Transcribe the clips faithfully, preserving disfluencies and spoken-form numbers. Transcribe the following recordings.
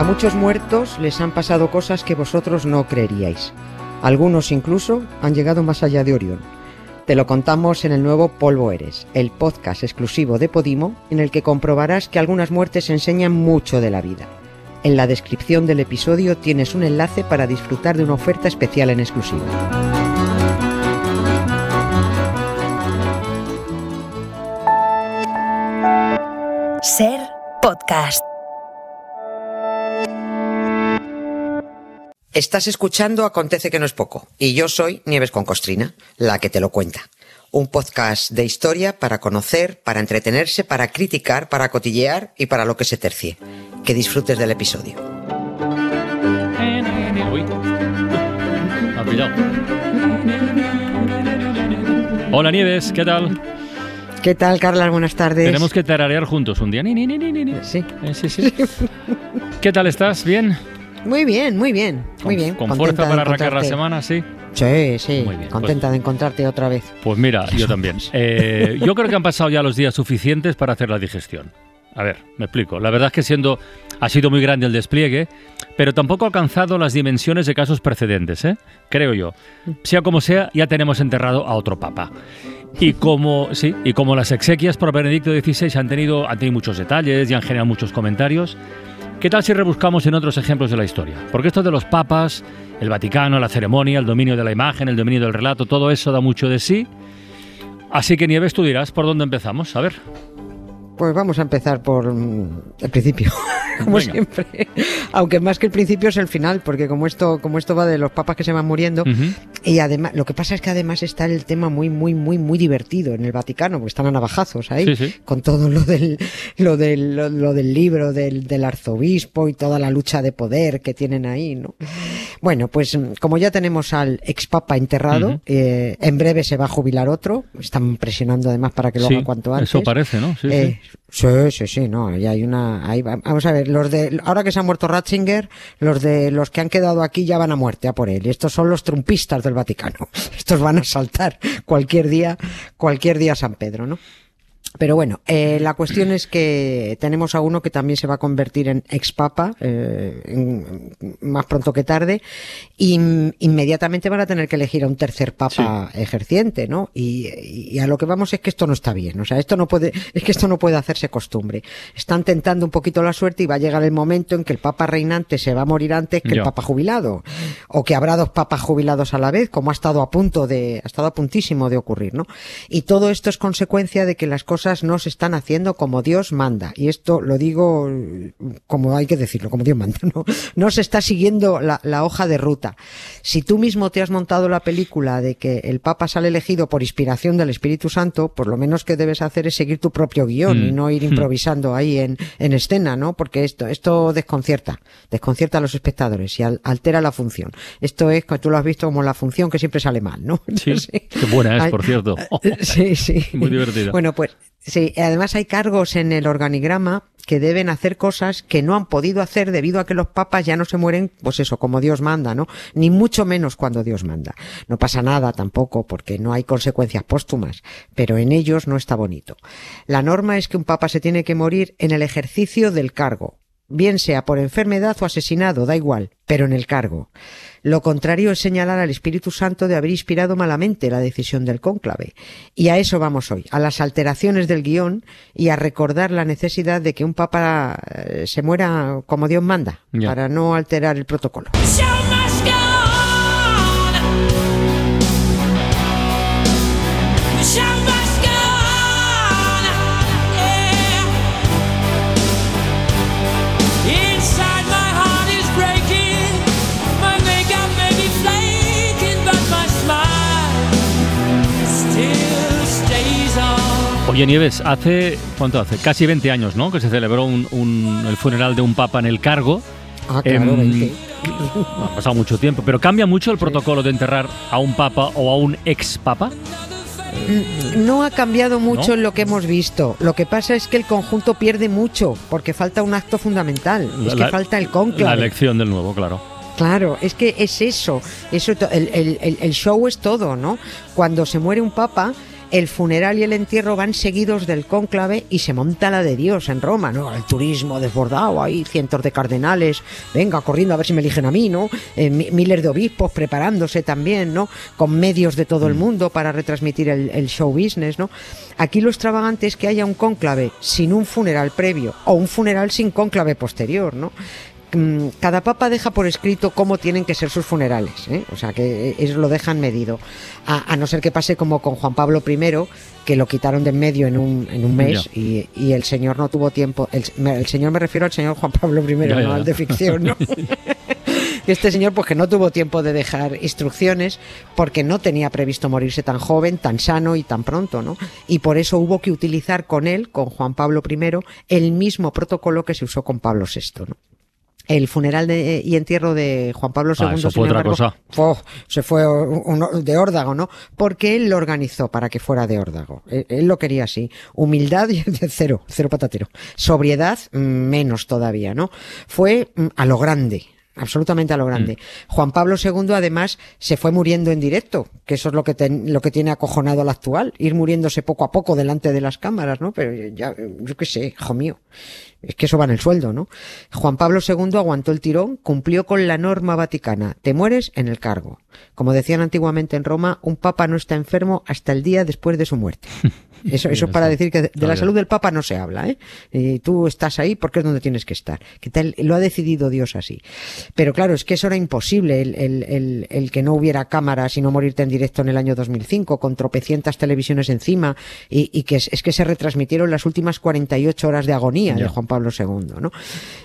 A muchos muertos les han pasado cosas que vosotros no creeríais. Algunos incluso han llegado más allá de Orión. Te lo contamos en el nuevo Polvo Eres, el podcast exclusivo de Podimo, en el que comprobarás que algunas muertes enseñan mucho de la vida. En la descripción del episodio tienes un enlace para disfrutar de una oferta especial en exclusiva. Ser Podcast. Estás escuchando Acontece que no es poco, y yo soy Nieves con Costrina, la que te lo cuenta. Un podcast de historia para conocer, para entretenerse, para criticar, para cotillear y para lo que se tercie. Que disfrutes del episodio. Uy. Ha pillado. Hola Nieves, ¿qué tal? ¿Qué tal, Carla? Buenas tardes. Tenemos que tararear juntos un día. Ni, ni, ni, ni, ni. Sí. Eh, sí, sí. ¿Qué tal estás? ¿Bien? Muy bien, muy bien, muy bien. ¿Con fuerza para arrancar la semana, sí? Sí, sí, muy bien, contenta pues, de encontrarte otra vez. Pues mira, yo también. Eh, yo creo que han pasado ya los días suficientes para hacer la digestión. A ver, me explico. La verdad es que siendo ha sido muy grande el despliegue, pero tampoco ha alcanzado las dimensiones de casos precedentes, ¿eh? Creo yo. Sea como sea, ya tenemos enterrado a otro papa. Y como sí, y como las exequias por Benedicto dieciséis han tenido, han tenido muchos detalles y han generado muchos comentarios, ¿qué tal si rebuscamos en otros ejemplos de la historia? Porque esto de los papas, el Vaticano, la ceremonia, el dominio de la imagen, el dominio del relato, todo eso da mucho de sí. Así que, Nieves, tú dirás por dónde empezamos. A ver. Pues vamos a empezar por um, el principio, como Venga. siempre. Aunque más que el principio es el final, porque como esto, como esto va de los papas que se van muriendo, uh-huh. y además, lo que pasa es que además está el tema muy, muy, muy, muy divertido en el Vaticano, porque están a navajazos ahí, sí, sí. con todo lo del, lo del, lo, lo del libro del, del arzobispo y toda la lucha de poder que tienen ahí, ¿no? Bueno, pues como ya tenemos al expapa enterrado, uh-huh. eh, en breve se va a jubilar otro, están presionando además para que lo sí, haga cuanto antes. Eso parece, ¿no? Sí, eh, sí. Sí, sí, sí, no, ya hay una, ahí va, vamos a ver, los de, ahora que se ha muerto Ratzinger, los de, los que han quedado aquí ya van a muerte a por él, y estos son los trumpistas del Vaticano, estos van a saltar cualquier día, cualquier día San Pedro, ¿no? Pero bueno, eh, la cuestión es que tenemos a uno que también se va a convertir en expapa, eh, en, más pronto que tarde, y inmediatamente van a tener que elegir a un tercer papa sí. ejerciente, ¿no? Y, y a lo que vamos es que esto no está bien, o sea, esto no puede, es que esto no puede hacerse costumbre. Están tentando un poquito la suerte y va a llegar el momento en que el papa reinante se va a morir antes que Yo. el papa jubilado, o que habrá dos papas jubilados a la vez, como ha estado a punto de, ha estado a puntísimo de ocurrir, ¿no? Y todo esto es consecuencia de que las cosas no se están haciendo como Dios manda, y esto lo digo como hay que decirlo, como Dios manda, no, no se está siguiendo la, la hoja de ruta. Si tú mismo te has montado la película de que el Papa sale elegido por inspiración del Espíritu Santo, por lo menos que debes hacer es seguir tu propio guión mm. y no ir improvisando mm. ahí en, en escena, ¿no? Porque esto, esto desconcierta, desconcierta a los espectadores y al, altera la función. Esto es, tú lo has visto como la función que siempre sale mal, ¿no? Sí, sí. Qué buena es, por cierto. Oh, sí, sí. Muy divertida. Bueno, pues sí, además hay cargos en el organigrama que deben hacer cosas que no han podido hacer debido a que los papas ya no se mueren, pues eso, como Dios manda, ¿no? Ni mucho menos cuando Dios manda. No pasa nada tampoco porque no hay consecuencias póstumas, pero en ellos no está bonito. La norma es que un papa se tiene que morir en el ejercicio del cargo, bien sea por enfermedad o asesinado, da igual, pero en el cargo. Lo contrario es señalar al Espíritu Santo de haber inspirado malamente la decisión del cónclave. Y a eso vamos hoy, a las alteraciones del guión y a recordar la necesidad de que un papa eh, se muera como Dios manda, yeah. para no alterar el protocolo. Oye, Nieves, hace, ¿cuánto hace? Casi veinte años, ¿no? Que se celebró un, un, el funeral de un papa en el cargo. Ah, claro, veinte. Ha pasado mucho tiempo, pero ¿cambia mucho el sí. protocolo de enterrar a un papa o a un ex papa? No ha cambiado mucho ¿No? en lo que hemos visto. Lo que pasa es que el conjunto pierde mucho, porque falta un acto fundamental. Es la, que falta el cónclave. La elección del nuevo, claro. Claro, es que es eso. eso el, el, el show es todo, ¿no? Cuando se muere un papa, El funeral y el entierro van seguidos del cónclave y se monta la de Dios en Roma, ¿no? El turismo desbordado, hay cientos de cardenales, venga, corriendo a ver si me eligen a mí, ¿no? Eh, miles de obispos preparándose también, ¿no? Con medios de todo el mundo para retransmitir el, el show business, ¿no? Aquí lo extravagante es que haya un cónclave sin un funeral previo o un funeral sin cónclave posterior, ¿no? Cada papa deja por escrito cómo tienen que ser sus funerales, ¿eh? O sea que eso lo dejan medido, a, a no ser que pase como con Juan Pablo primero, que lo quitaron de en medio en un, en un mes y, y el señor no tuvo tiempo, el, el señor me refiero al señor Juan Pablo primero, ya, no ya. al de ficción, ¿no? Este señor pues que no tuvo tiempo de dejar instrucciones porque no tenía previsto morirse tan joven, tan sano y tan pronto, ¿no? Y por eso hubo que utilizar con él, con Juan Pablo primero, el mismo protocolo que se usó con Pablo sexto, ¿no? El funeral de, y entierro de Juan Pablo segundo, ah, eso fue sin embargo, otra cosa. Oh, se fue un, un, de órdago, ¿no? Porque él lo organizó para que fuera de órdago. Él, él lo quería así. Humildad, cero, cero patatero. Sobriedad, menos todavía, ¿no? Fue a lo grande. Absolutamente a lo grande. Mm. Juan Pablo segundo además se fue muriendo en directo, que eso es lo que ten, lo que tiene acojonado al actual, ir muriéndose poco a poco delante de las cámaras, ¿no? Pero ya, yo qué sé, hijo mío, es que eso va en el sueldo, ¿no? Juan Pablo segundo aguantó el tirón, cumplió con la norma vaticana, te mueres en el cargo. Como decían antiguamente en Roma, un papa no está enfermo hasta el día después de su muerte. Eso, eso es para decir que de, de la salud del Papa no se habla, ¿eh? Y tú estás ahí porque es donde tienes que estar. Que tal, lo ha decidido Dios así. Pero claro, es que eso era imposible, el, el, el, el que no hubiera cámaras y no morirte en directo en el año dos mil cinco, con tropecientas televisiones encima, y, y que es, es que se retransmitieron las últimas cuarenta y ocho horas de agonía ya. de Juan Pablo segundo, ¿no?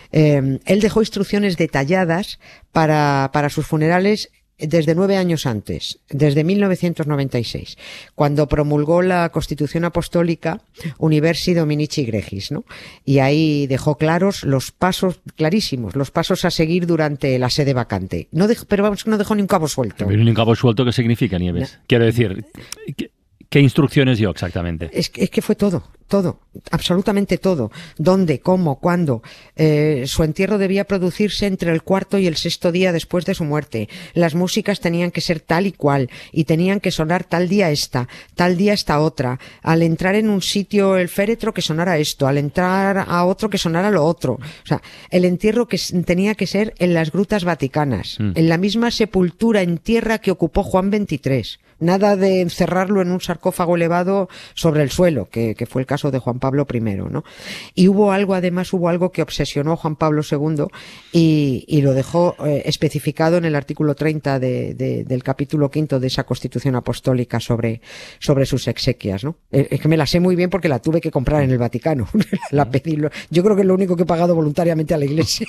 Eh, él dejó instrucciones detalladas para, para sus funerales desde nueve años antes, desde mil novecientos noventa y seis, cuando promulgó la Constitución Apostólica Universi Dominici Gregis, ¿no? Y ahí dejó claros los pasos, clarísimos, los pasos a seguir durante la sede vacante. No dejó, pero vamos, no dejó ni un cabo suelto. Ni un cabo suelto, ¿qué significa, Nieves? No. Quiero decir, ¿qué, qué instrucciones dio exactamente? Es que, es que fue todo. Todo, absolutamente todo. ¿Dónde? ¿Cómo? ¿Cuándo? Eh, su entierro debía producirse entre el cuarto y el sexto día después de su muerte. Las músicas tenían que ser tal y cual, y tenían que sonar tal día esta, tal día esta otra. Al entrar en un sitio el féretro que sonara esto, al entrar a otro que sonara lo otro. O sea, el entierro que tenía que ser en las grutas vaticanas, mm. en la misma sepultura en tierra que ocupó Juan veintitrés. Nada de encerrarlo en un sarcófago elevado sobre el suelo, que, que fue el caso de Juan Pablo primero, ¿no? Y hubo algo, además hubo algo que obsesionó a Juan Pablo segundo y, y lo dejó eh, especificado en el artículo treinta de, de, del capítulo quinto de esa Constitución Apostólica sobre, sobre sus exequias, ¿no? Es que me la sé muy bien porque la tuve que comprar en el Vaticano. La pedí, yo creo que es lo único que he pagado voluntariamente a la Iglesia.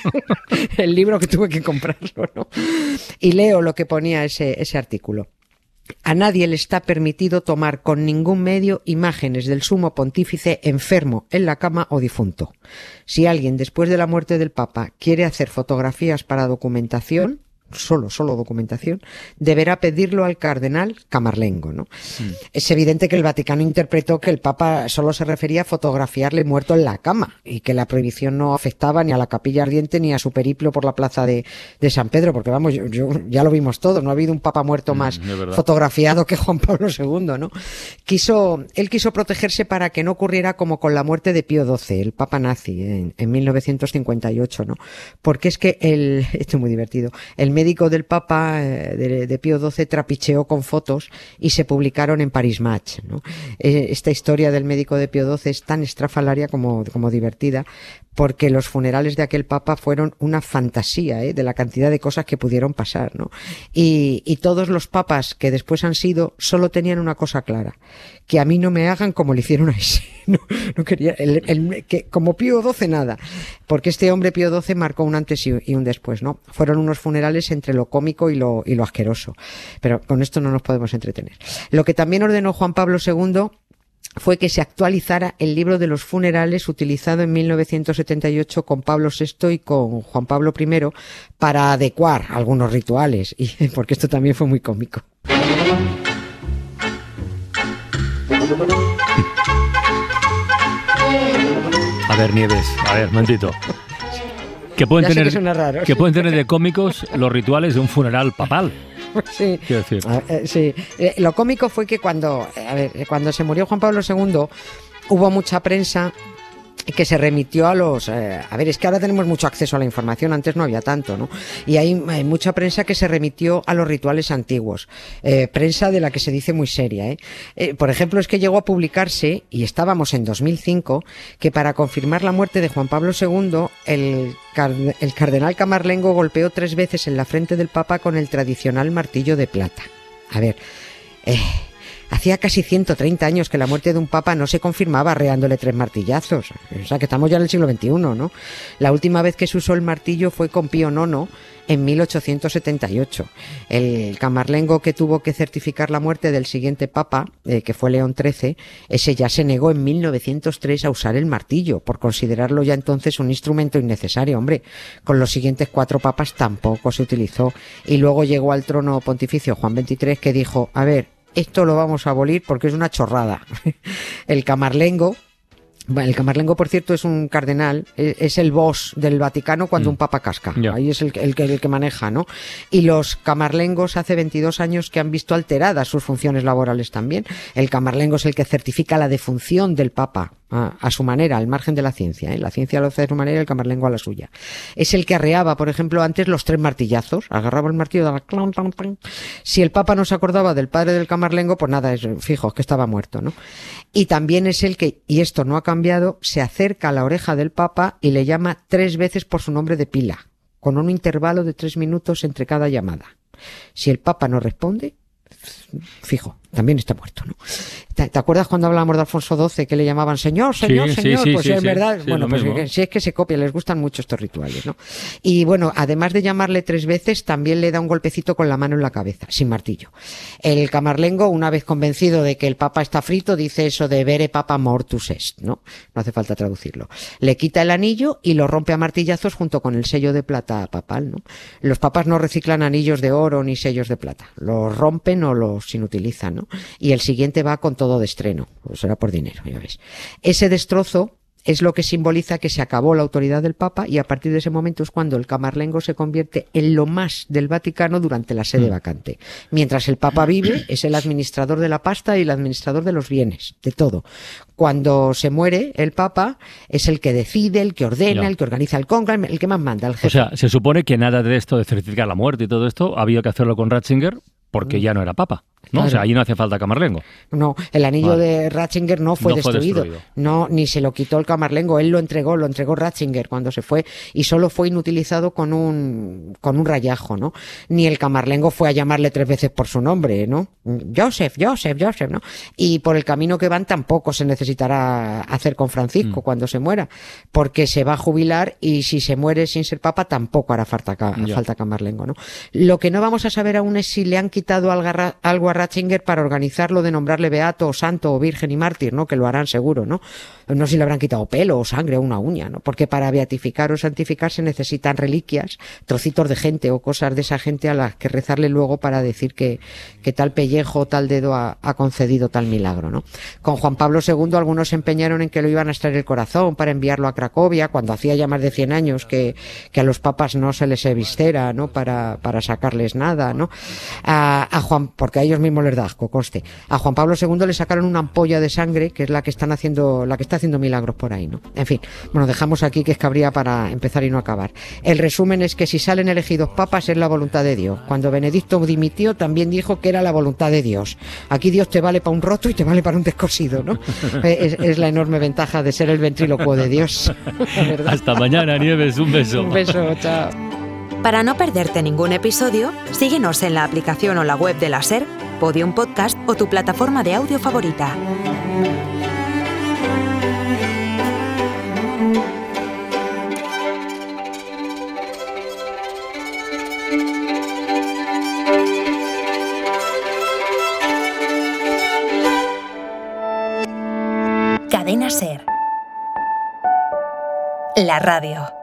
El libro que tuve que comprarlo, ¿no? Y leo lo que ponía ese, ese artículo. A nadie le está permitido tomar con ningún medio imágenes del sumo pontífice enfermo en la cama o difunto. Si alguien después de la muerte del Papa quiere hacer fotografías para documentación, solo, solo documentación, deberá pedirlo al cardenal Camarlengo, ¿no? Mm. Es evidente que el Vaticano interpretó que el Papa solo se refería a fotografiarle muerto en la cama y que la prohibición no afectaba ni a la capilla ardiente ni a su periplo por la plaza de, de San Pedro, porque vamos, yo, yo, ya lo vimos todos, no ha habido un Papa muerto más mm, fotografiado que Juan Pablo segundo, ¿no? Quiso, él quiso protegerse para que no ocurriera como con la muerte de Pío doce, el Papa nazi, en, en mil novecientos cincuenta y ocho, ¿no? Porque es que el, esto es muy divertido, el médico del Papa eh, de, de Pío doce trapicheó con fotos y se publicaron en Paris Match, ¿no? Eh, esta historia del médico de Pío doce es tan estrafalaria como, como divertida, porque los funerales de aquel Papa fueron una fantasía, ¿eh? De la cantidad de cosas que pudieron pasar, ¿no? Y, y todos los papas que después han sido solo tenían una cosa clara, que a mí no me hagan como le hicieron a ese. No, no quería, el, el, que, como Pío doce nada, porque este hombre Pío doce marcó un antes y, y un después, ¿no? Fueron unos funerales entre lo cómico y lo, y lo asqueroso, pero con esto no nos podemos entretener. Lo que también ordenó Juan Pablo segundo fue que se actualizara el libro de los funerales utilizado en mil novecientos setenta y ocho con Pablo sexto y con Juan Pablo primero para adecuar algunos rituales, y porque esto también fue muy cómico. A ver, Nieves, a ver, un momentito. ¿Qué pueden Ya sé tener, que suena raro, ¿qué sí. pueden tener de cómicos los rituales de un funeral papal? Sí, quiero decir. A- eh, sí. Eh, lo cómico fue que cuando, a ver, eh, cuando se murió Juan Pablo segundo, hubo mucha prensa que se remitió a los... Eh, a ver, es que ahora tenemos mucho acceso a la información, antes no había tanto, ¿no? Y hay, hay mucha prensa que se remitió a los rituales antiguos. Eh, prensa de la que se dice muy seria, ¿eh? Eh, Por ejemplo, es que llegó a publicarse, y estábamos en dos mil cinco, que para confirmar la muerte de Juan Pablo segundo, el, car- el cardenal Camarlengo golpeó tres veces en la frente del Papa con el tradicional martillo de plata. A ver... Eh, Hacía casi ciento treinta años que la muerte de un papa no se confirmaba arreándole tres martillazos. O sea, que estamos ya en el siglo veintiuno, ¿no? La última vez que se usó el martillo fue con Pío nono en mil ochocientos setenta y ocho. El camarlengo que tuvo que certificar la muerte del siguiente papa, eh, que fue León trece, ese ya se negó en mil novecientos tres a usar el martillo, por considerarlo ya entonces un instrumento innecesario. Hombre, con los siguientes cuatro papas tampoco se utilizó. Y luego llegó al trono pontificio Juan veintitrés, que dijo, a ver, esto lo vamos a abolir porque es una chorrada. El camarlengo, bueno, el camarlengo, por cierto, es un cardenal, es, es el boss del Vaticano cuando Mm. un papa casca. Ya. Ahí es el, que- el, que- el que maneja, ¿no? Y los camarlengos hace veintidós años que han visto alteradas sus funciones laborales también. El camarlengo es el que certifica la defunción del papa a, a su manera, al margen de la ciencia, ¿eh? La ciencia lo hace de su manera y el camarlengo a la suya. Es el que arreaba, por ejemplo, antes los tres martillazos. Agarraba el martillo, daba clon, clon, clon. Si el papa no se acordaba del padre del camarlengo, pues nada, es fijo, es que estaba muerto, ¿no? Y también es el que, y esto no ha cambiado, se acerca a la oreja del papa y le llama tres veces por su nombre de pila, con un intervalo de tres minutos entre cada llamada. Si el papa no responde, fijo, también está muerto, ¿no? ¿Te, te acuerdas cuando hablábamos de Alfonso doce que le llamaban señor, señor, Sí, sí, señor? sí, pues sí, es sí, verdad, sí, bueno, lo pues mismo. que- si es que se copia, les gustan mucho estos rituales, ¿no? Y bueno, además de llamarle tres veces, también le da un golpecito con la mano en la cabeza, sin martillo. El camarlengo, una vez convencido de que el papa está frito, dice eso de vere papa mortus est, ¿no? No hace falta traducirlo. Le quita el anillo y lo rompe a martillazos junto con el sello de plata papal, ¿no? Los papas no reciclan anillos de oro ni sellos de plata. Los rompen o los inutilizan, ¿no? Y el siguiente va con todo de estreno. Pues será por dinero, ya ves. Ese destrozo es lo que simboliza que se acabó la autoridad del Papa y a partir de ese momento es cuando el camarlengo se convierte en lo más del Vaticano durante la sede vacante. Mientras el Papa vive, es el administrador de la pasta y el administrador de los bienes, de todo. Cuando se muere el Papa, es el que decide, el que ordena, Ya. el que organiza el cónclave, el que más manda, el jefe. O sea, se supone que nada de esto de certificar la muerte y todo esto había que hacerlo con Ratzinger porque ya no era papa, ¿no? O sea, Claro. ahí no hace falta camarlengo. No, el anillo Vale. de Ratzinger no fue No fue destruido. destruido. No, ni se lo quitó el camarlengo, él lo entregó, lo entregó Ratzinger cuando se fue y solo fue inutilizado con un con un rayajo, ¿no? Ni el camarlengo fue a llamarle tres veces por su nombre, ¿no? Joseph, Joseph, Joseph, ¿no? Y por el camino que van tampoco se necesitará hacer con Francisco Mm. cuando se muera, porque se va a jubilar y si se muere sin ser papa tampoco hará falta, ca- Ya. falta camarlengo, ¿no? Lo que no vamos a saber aún es si le han quitado algo a Ra- algo a Ratzinger para organizarlo de nombrarle beato o santo o virgen y mártir, ¿no? Que lo harán seguro, ¿no? No sé si le habrán quitado pelo o sangre o una uña, ¿no? Porque para beatificar o santificar se necesitan reliquias, trocitos de gente o cosas de esa gente a las que rezarle luego para decir que, que tal pellejo o tal dedo ha, ha concedido tal milagro, ¿no? Con Juan Pablo segundo algunos se empeñaron en que lo iban a extraer el corazón para enviarlo a Cracovia, cuando hacía ya más de cien años que, que a los papas no se les visitera, ¿no? Para, para sacarles nada, ¿no? A, a Juan, porque a ellos mismos les da asco, conste. A Juan Pablo segundo le sacaron una ampolla de sangre, que es la que están haciendo, la que está haciendo milagros por ahí, ¿no? En fin, bueno, dejamos aquí que es cabría para empezar y no acabar. El resumen es que si salen elegidos papas es la voluntad de Dios. Cuando Benedicto dimitió también dijo que era la voluntad de Dios. Aquí Dios te vale para un roto y te vale para un descosido, ¿no? es, es la enorme ventaja de ser el ventrílocuo de Dios. La verdad. Hasta mañana, Nieves. Un beso. Un beso, chao. Para no perderte ningún episodio, síguenos en la aplicación o la web de la SER, Podium Podcast o tu plataforma de audio favorita. Cadena SER. La radio.